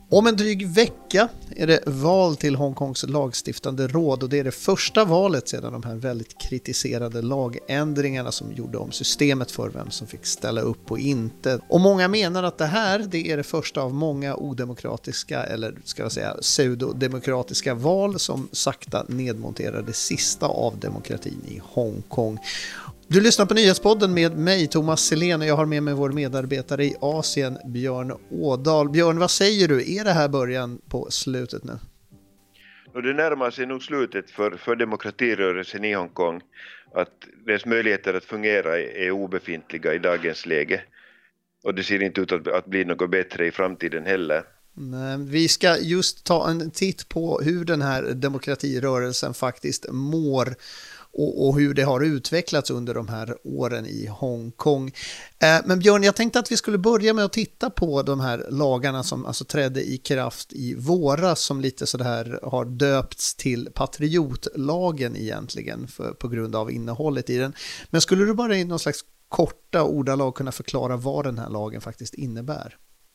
Om en dryg vecka är det val till Hongkongs lagstiftande råd och det är det första valet sedan de här väldigt kritiserade lagändringarna som gjorde om systemet för vem som fick ställa upp och inte. Och många menar att det är det första av många odemokratiska eller ska jag säga pseudodemokratiska val som sakta nedmonterar det sista av demokratin i Hongkong. Du lyssnar på Nyhetspodden med mig, Thomas Selén, och jag har med mig vår medarbetare i Asien, Björn Ådahl. Björn, vad säger du? Är det här början på slutet nu? Och det närmar sig nog slutet för demokratirörelsen i Hongkong. Att dess möjligheter att fungera är obefintliga i dagens läge. Och det ser inte ut att bli något bättre i framtiden heller. Nej, vi ska just ta en titt på hur den här demokratirörelsen faktiskt mår och hur det har utvecklats under de här åren i Hongkong. Men Björn, jag tänkte att vi skulle börja med att titta på de här lagarna som alltså trädde i kraft i våras, som lite så här har döpts till patriotlagen egentligen på grund av innehållet i den. Men skulle du bara i någon slags korta ordalag kunna förklara vad den här lagen faktiskt innebär?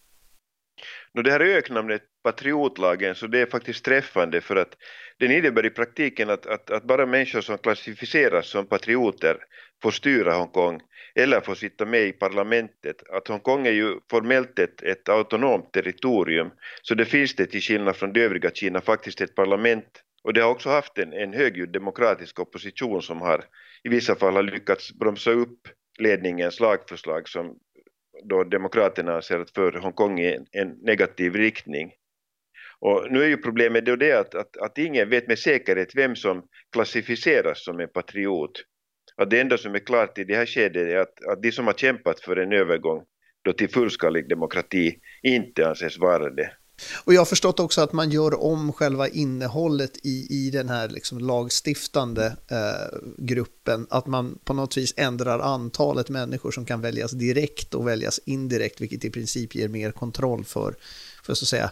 Det här öknamnet patriotlagen, så det är faktiskt träffande, för att den innebär i praktiken att bara människor som klassificeras som patrioter får styra Hongkong eller får sitta med i parlamentet. Att Hongkong är ju formellt ett autonomt territorium, så det finns det till skillnad från det övriga Kina faktiskt ett parlament. Och det har också haft en högljudd demokratisk opposition som har i vissa fall har lyckats bromsa upp ledningens lagförslag som då demokraterna anser att för Hongkong är en negativ riktning. Och nu är ju problemet då det att ingen vet med säkerhet vem som klassificeras som en patriot. Att det enda som är klart i det här skedet är att de som har kämpat för en övergång då till fullskalig demokrati inte anses vara det. Och jag har förstått också att man gör om själva innehållet i den här liksom lagstiftande gruppen. Att man på något vis ändrar antalet människor som kan väljas direkt och väljas indirekt, vilket i princip ger mer kontroll för så att säga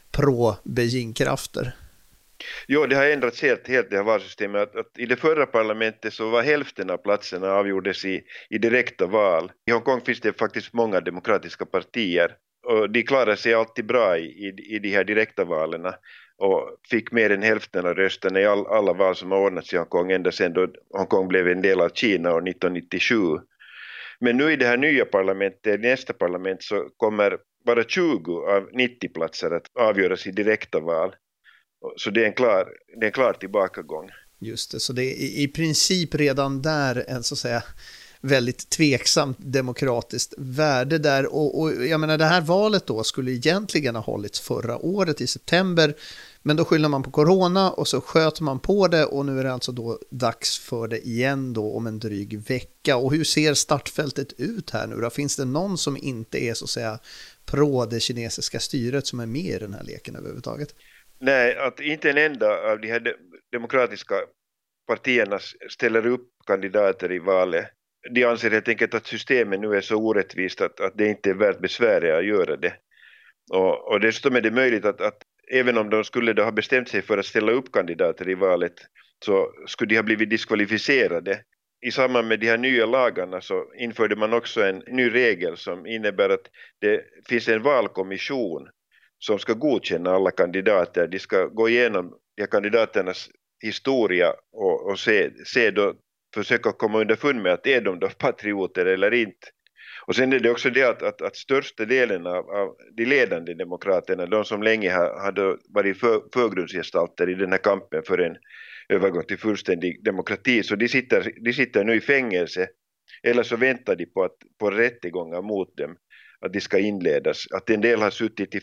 pro-Beijing-krafter. Jo, det har ändrats helt det här valsystemet. Att i det förra parlamentet så var hälften av platserna avgjordes i direkta val. I Hongkong finns det faktiskt många demokratiska partier. Och de klarar sig alltid bra i de här direkta valen och fick mer än hälften av rösterna i alla val som har ordnats i Hongkong ända sedan då Hongkong blev en del av Kina år 1997. Men nu i det här nya parlamentet, nästa parlament, så kommer bara 20 av 90 platser att avgöras i direkta val. Så det är en klar tillbakagång. Just det, så det är i princip redan där en så att säga väldigt tveksamt demokratiskt värde där, och jag menar det här valet då skulle egentligen ha hållits förra året i september, men då skyller man på corona och så sköt man på det, och nu är det alltså då dags för det igen då om en dryg vecka. Och hur ser startfältet ut här nu då? Finns det någon som inte är så att säga pro det kinesiska styret som är med i den här leken överhuvudtaget? Nej, att inte en enda av de här demokratiska partierna ställer upp kandidater i valet. De anser helt enkelt att systemet nu är så orättvist att det inte är värt besväret att göra det. Och dessutom är det möjligt att även om de skulle då ha bestämt sig för att ställa upp kandidater i valet, så skulle de ha blivit diskvalificerade. I samband med de här nya lagarna så införde man också en ny regel som innebär att det finns en valkommission som ska godkänna alla kandidater. De ska gå igenom de här kandidaternas historia och se då, försöka komma underfund med att är de då patrioter eller inte. Och sen är det också det att största delen av de ledande demokraterna, de som länge hade varit förgrundsgestalter i den här kampen för en övergång till fullständig demokrati, så de sitter nu i fängelse, eller så väntar de på rättegångar mot dem, att de ska inledas. Att en del har suttit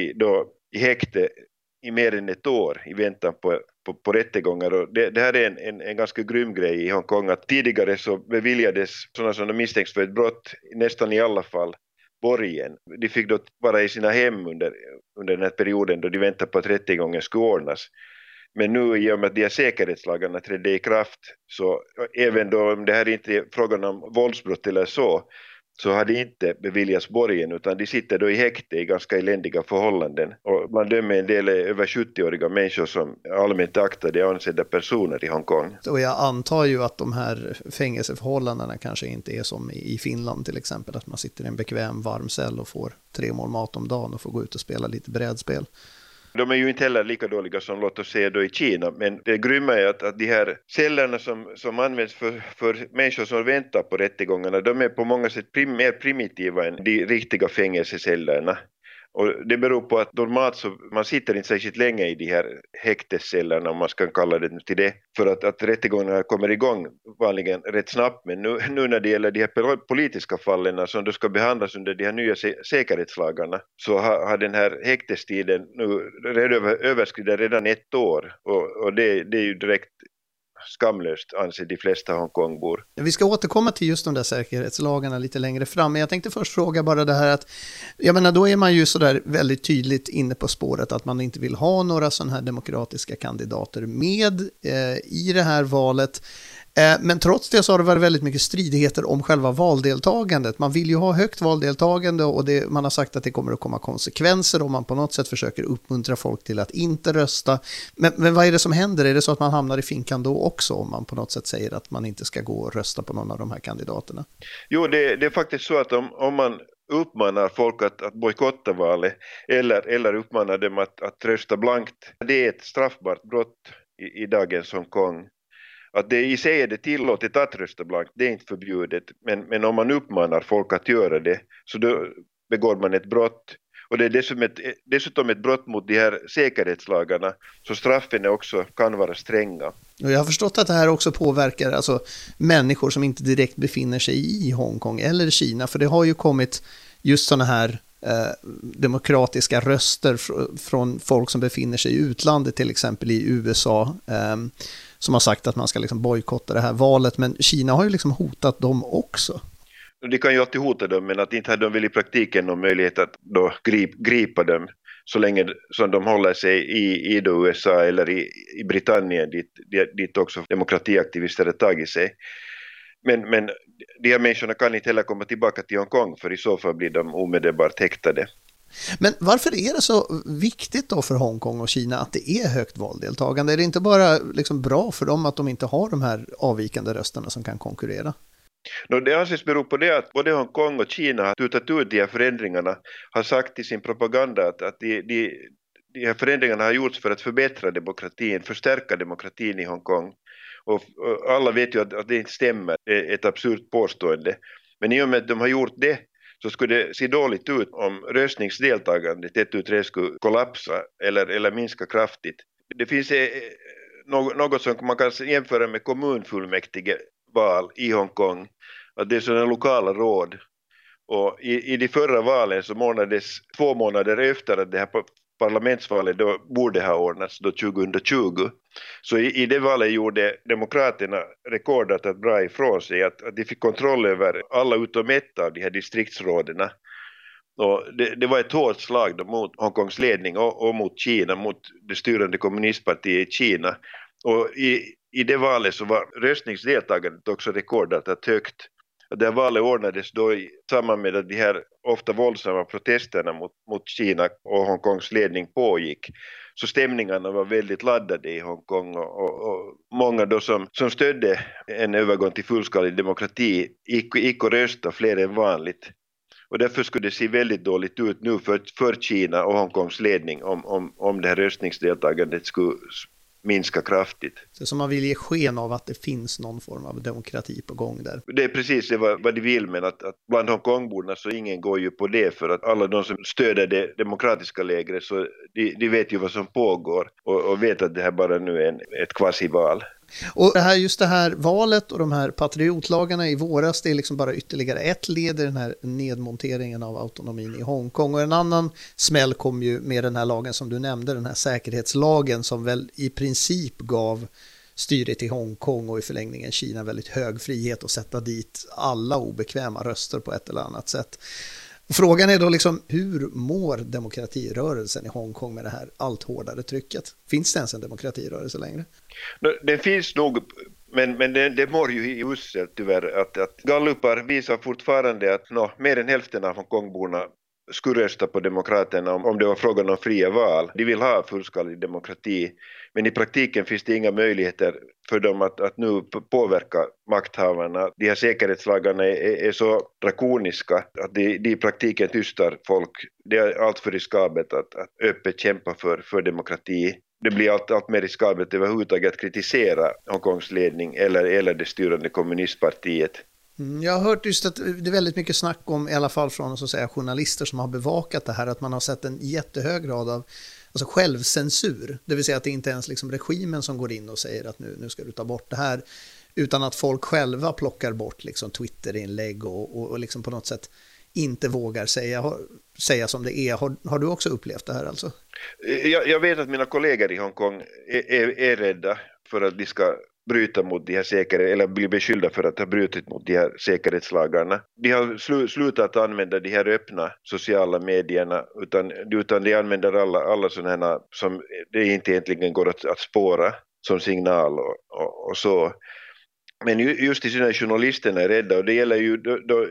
i häkte i mer än ett år i väntan på rättegångar, och det här är en ganska grym grej i Hongkong, att tidigare så beviljades sådana som de misstänks för ett brott nästan i alla fall borgen. De fick då vara i sina hem under den här perioden då de väntar på att rättegången skulle ordnas. Men nu i och med att de här säkerhetslagarna trädde i kraft, så även då om det här inte är frågan om våldsbrott eller så så har de inte beviljats borgen, utan de sitter då i häkte i ganska eländiga förhållanden. Och man dömer en del över 70-åriga människor som allmänt aktade och ansedda personer i Hongkong. Och jag antar ju att de här fängelseförhållandena kanske inte är som i Finland till exempel, att man sitter i en bekväm varm cell och får 3 mål mat om dagen och får gå ut och spela lite brädspel. De är ju inte heller lika dåliga som låt oss säga då i Kina, men det grymma är att de här cellerna som används för människor som väntar på rättegångarna, de är på många sätt mer primitiva än de riktiga fängelsecellerna. Och det beror på att normalt så man sitter inte särskilt länge i de här häktescellerna, om man ska kalla det till det, för att rättegångarna kommer igång vanligen rätt snabbt. Men nu när det gäller de här politiska fallen som då ska behandlas under de här nya säkerhetslagarna, så har den här häktestiden nu överskridit redan 1 år, och det är ju direkt skamlöst, anser de flesta Hongkongbor. Vi ska återkomma till just de där säkerhetslagarna lite längre fram, men jag tänkte först fråga bara det här att, jag menar, då är man ju sådär väldigt tydligt inne på spåret att man inte vill ha några sådana här demokratiska kandidater med i det här valet. Men trots det så har det varit väldigt mycket stridigheter om själva valdeltagandet. Man vill ju ha högt valdeltagande, och man har sagt att det kommer att komma konsekvenser om man på något sätt försöker uppmuntra folk till att inte rösta. Men vad är det som händer? Är det så att man hamnar i finkan då också om man på något sätt säger att man inte ska gå och rösta på någon av de här kandidaterna? Jo, det är faktiskt så att om man uppmanar folk att bojkotta valet eller uppmanar dem att rösta blankt, det är ett straffbart brott i dagens Hongkong. Att det i sig är det tillåtet att rösta blankt, det är inte förbjudet. Men om man uppmanar folk att göra det, så då begår man ett brott. Och det är dessutom ett brott mot de här säkerhetslagarna, så straffen också kan vara stränga. Och jag har förstått att det här också påverkar alltså människor som inte direkt befinner sig i Hongkong eller Kina. För det har ju kommit just sådana här demokratiska röster från folk som befinner sig i utlandet, till exempel i USA, som har sagt att man ska liksom bojkotta det här valet. Men Kina har ju liksom hotat dem också. De kan ju alltid hota dem, men att inte har de väl i praktiken någon möjlighet att då gripa dem så länge som de håller sig i USA eller i Britannien, dit också demokratiaktivister har tagit sig. Men de här människorna kan inte heller komma tillbaka till Hongkong, för i så fall blir de omedelbart häktade. Men varför är det så viktigt då för Hongkong och Kina att det är högt valdeltagande? Är det inte bara liksom bra för dem att de inte har de här avvikande rösterna som kan konkurrera? Det anses bero på det att både Hongkong och Kina har tutat ut de här förändringarna, har sagt i sin propaganda att de här förändringarna har gjorts för att förbättra demokratin, förstärka demokratin i Hongkong. Och alla vet ju att det inte stämmer, ett absurt påstående. Men i och med att de har gjort det, så skulle det se dåligt ut om röstningsdeltagandet 1-3 skulle kollapsa eller minska kraftigt. Det finns något som man kan jämföra med kommunfullmäktige val i Hongkong, att det är sådana lokala råd. Och i de förra valen som ordnades 2 månader efter att det här parlamentsvalet då borde ha ordnats då 2020. Så i det valet gjorde demokraterna rekordat att dra ifrån sig, att de fick kontroll över alla utom ett av de här distriktsrådena. Och det var ett hårt slag då mot Hongkongs ledning och mot Kina, mot det styrande kommunistpartiet i Kina. Och i det valet så var röstningsdeltagandet också rekordat högt. Det valet ordnades då i samband med att de här ofta våldsamma protesterna mot Kina och Hongkongs ledning pågick. Så stämningarna var väldigt laddade i Hongkong, och många då som stödde en övergång till fullskalig demokrati gick och röstade fler än vanligt. Och därför skulle det se väldigt dåligt ut nu för Kina och Hongkongs ledning om det här röstningsdeltagandet skulle minska kraftigt. Så som man vill ge sken av att det finns någon form av demokrati på gång där. Det är precis det vad de vill, men att bland Hongkongborna så ingen går ju på det, för att alla de som stöder det demokratiska lägret, så de vet ju vad som pågår och vet att det här bara nu är ett kvasival. Och just det här valet och de här patriotlagarna i våras, det är liksom bara ytterligare ett led i den här nedmonteringen av autonomin i Hongkong. Och en annan smäll kom ju med den här lagen som du nämnde, den här säkerhetslagen, som väl i princip gav styret i Hongkong och i förlängningen Kina väldigt hög frihet att sätta dit alla obekväma röster på ett eller annat sätt. Frågan är då liksom, hur mår demokratirörelsen i Hongkong med det här allt hårdare trycket? Finns det ens en demokratirörelse längre? Det finns nog Men det mår ju i uselt tyvärr att gallupar visar fortfarande att mer än hälften av Hongkongborna skulle rösta på demokraterna om det var frågan om fria val. De vill ha fullskalig demokrati, men i praktiken finns det inga möjligheter för dem att nu påverka makthavarna. De här säkerhetslagarna är så drakoniska att de i praktiken tystar folk. Det är allt för riskabelt att öppet kämpa för demokrati. Det blir allt mer riskabelt överhuvudtaget att kritisera Hongkongs ledning eller det styrande kommunistpartiet. Jag har hört just att det är väldigt mycket snack om, i alla fall från så att säga, journalister som har bevakat det här, att man har sett en jättehög grad av alltså självcensur. Det vill säga att det inte ens liksom regimen som går in och säger att nu ska du ta bort det här, utan att folk själva plockar bort liksom Twitterinlägg och liksom på något sätt inte vågar säga som det är. Har du också upplevt det här alltså? Jag vet att mina kollegor i Hongkong är rädda för att de ska bryta mot de här eller bli beskyllda för att ha brutit mot de här säkerhetslagarna. De har slutat använda de här öppna sociala medierna utan de använder alla sådana här som det inte egentligen går att spåra som signal och så. Men just i sina journalisterna är rädda, och det gäller ju då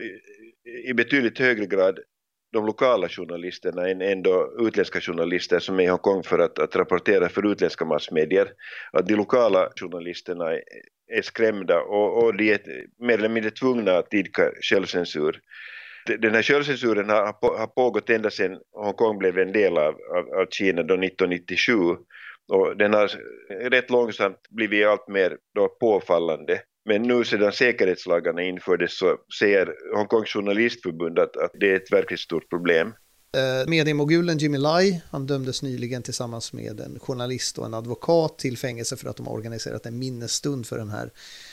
i betydligt högre grad de lokala journalisterna än då utländska journalister som är i Hongkong för att rapportera för utländska massmedier. Att de lokala journalisterna är skrämda och de är mer eller mindre tvungna att idka självcensur. Den här självcensuren har pågått ända sedan Hongkong blev en del av Kina då 1997, och den har rätt långsamt blivit allt mer då påfallande. Men nu sedan säkerhetslagarna infördes så säger Hongkongs journalistförbund att det är ett verkligt stort problem. Mediemogulen Jimmy Lai, han dömdes nyligen tillsammans med en journalist och en advokat till fängelse för att de har organiserat en minnesstund för den här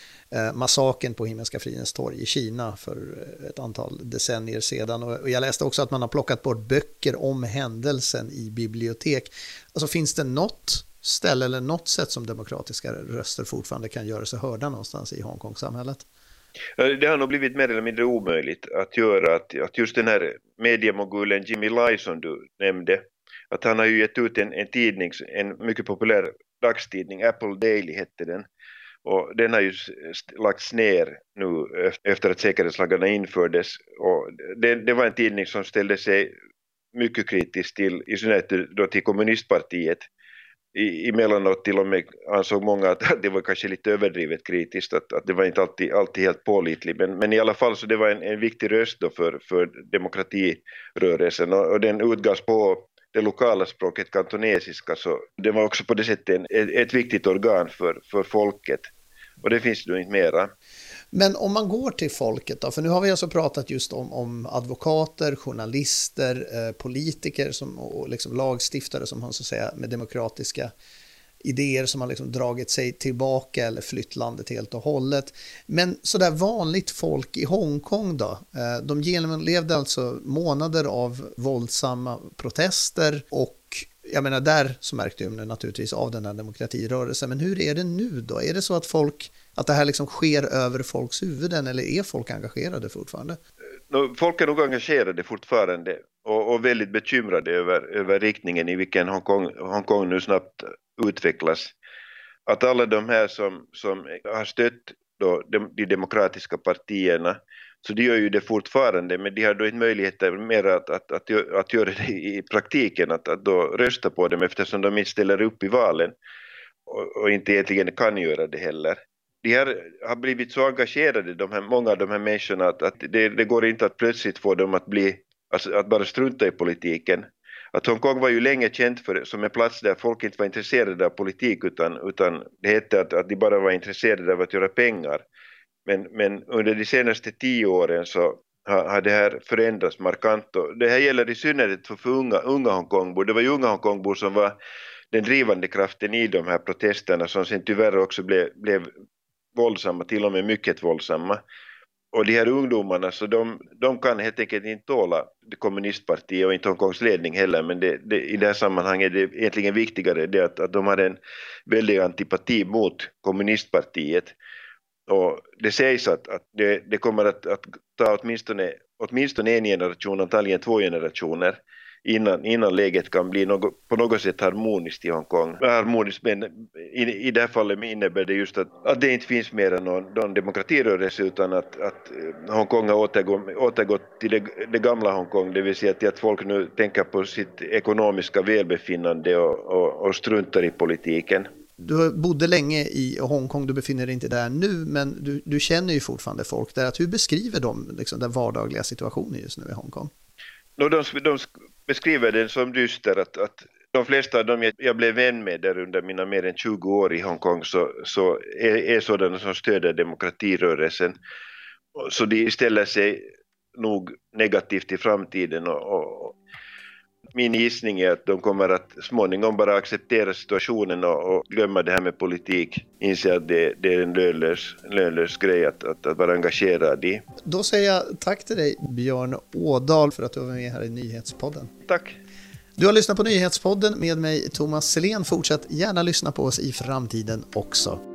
massaken på Himmelska fridens torg i Kina för ett antal decennier sedan. Och jag läste också att man har plockat bort böcker om händelsen i bibliotek. Alltså finns det något ställe eller något sätt som demokratiska röster fortfarande kan göra sig hörda någonstans i Hongkong-samhället? Det har nog blivit mer eller mindre omöjligt att göra att just den här mediemogulen Jimmy Lai som du nämnde, att han har ju gett ut en tidning, en mycket populär dagstidning, Apple Daily hette den, och den har ju lagts ner nu efter att säkerhetslagarna infördes, och det var en tidning som ställde sig mycket kritiskt till, i synnerhet då till kommunistpartiet. Emellanåt till och med ansåg många att det var kanske lite överdrivet kritiskt, att det var inte alltid helt pålitligt, men i alla fall så det var en viktig röst då för demokratirörelsen, och den utgavs på det lokala språket kantonesiska, så det var också på det sättet ett viktigt organ för folket, och det finns nu inte mera. Men om man går till folket då, för nu har vi alltså pratat just om advokater, journalister, politiker och liksom lagstiftare som har så att säga med demokratiska idéer som har liksom dragit sig tillbaka eller flytt landet helt och hållet. Men sådär vanligt folk i Hongkong då, de genomlevde alltså månader av våldsamma protester, och jag menar där så märkte jag naturligtvis av den här demokratirörelsen. Men hur är det nu då? Är det så att det här liksom sker över folks huvuden, eller är folk engagerade fortfarande? Folk är nog engagerade fortfarande och väldigt bekymrade över riktningen i vilken Hongkong nu snabbt utvecklas. Att alla de här som har stött då de demokratiska partierna, så de gör ju det fortfarande, men de har då inte möjligheter mer att göra det i praktiken, att då rösta på dem, eftersom de inte ställer upp i valen och inte egentligen kan göra det heller. De har blivit så engagerade, många av de här människorna, att det går inte att plötsligt få dem att bara strunta i politiken. Att Hongkong var ju länge känt som en plats där folk inte var intresserade av politik, utan det hette att de bara var intresserade av att göra pengar. Men under de senaste 10 åren så har det här förändrats markant, och det här gäller i synnerhet för unga Hongkongbor. Det var ju unga Hongkongbor som var den drivande kraften i de här protesterna, som sen tyvärr också blev våldsamma, till och med mycket våldsamma. Och de här ungdomarna, så de kan helt enkelt inte tåla det kommunistpartiet och inte Hongkongs ledning heller, men i det här sammanhanget är det egentligen viktigare det att de har en väldig antipati mot kommunistpartiet. Och det sägs att det kommer att ta åtminstone en generation, antagligen 2 generationer, innan läget kan bli på något sätt harmoniskt i Hongkong. Harmoniskt, men i det här fallet innebär det just att det inte finns mer än någon demokratirörelse, utan att Hongkong har återgått till det gamla Hongkong, det vill säga till att folk nu tänker på sitt ekonomiska välbefinnande och struntar i politiken. Du bodde länge i Hongkong, du befinner dig inte där nu, men du känner ju fortfarande folk där. Hur beskriver de liksom den vardagliga situationen just nu i Hongkong? De beskriver den som dyster, att de flesta av dem jag blev vän med där under mina mer än 20 år i Hongkong så är sådana som stöder demokratirörelsen. Så de ställer sig nog negativt i framtiden, och min gissning är att de kommer att småningom bara acceptera situationen och glömma det här med politik. Inse att det är en lönlös grej att vara engagerad i. Då säger jag tack till dig, Björn Ådahl, för att du var med här i Nyhetspodden. Tack. Du har lyssnat på Nyhetspodden med mig, Thomas Selén. Fortsätt gärna lyssna på oss i framtiden också.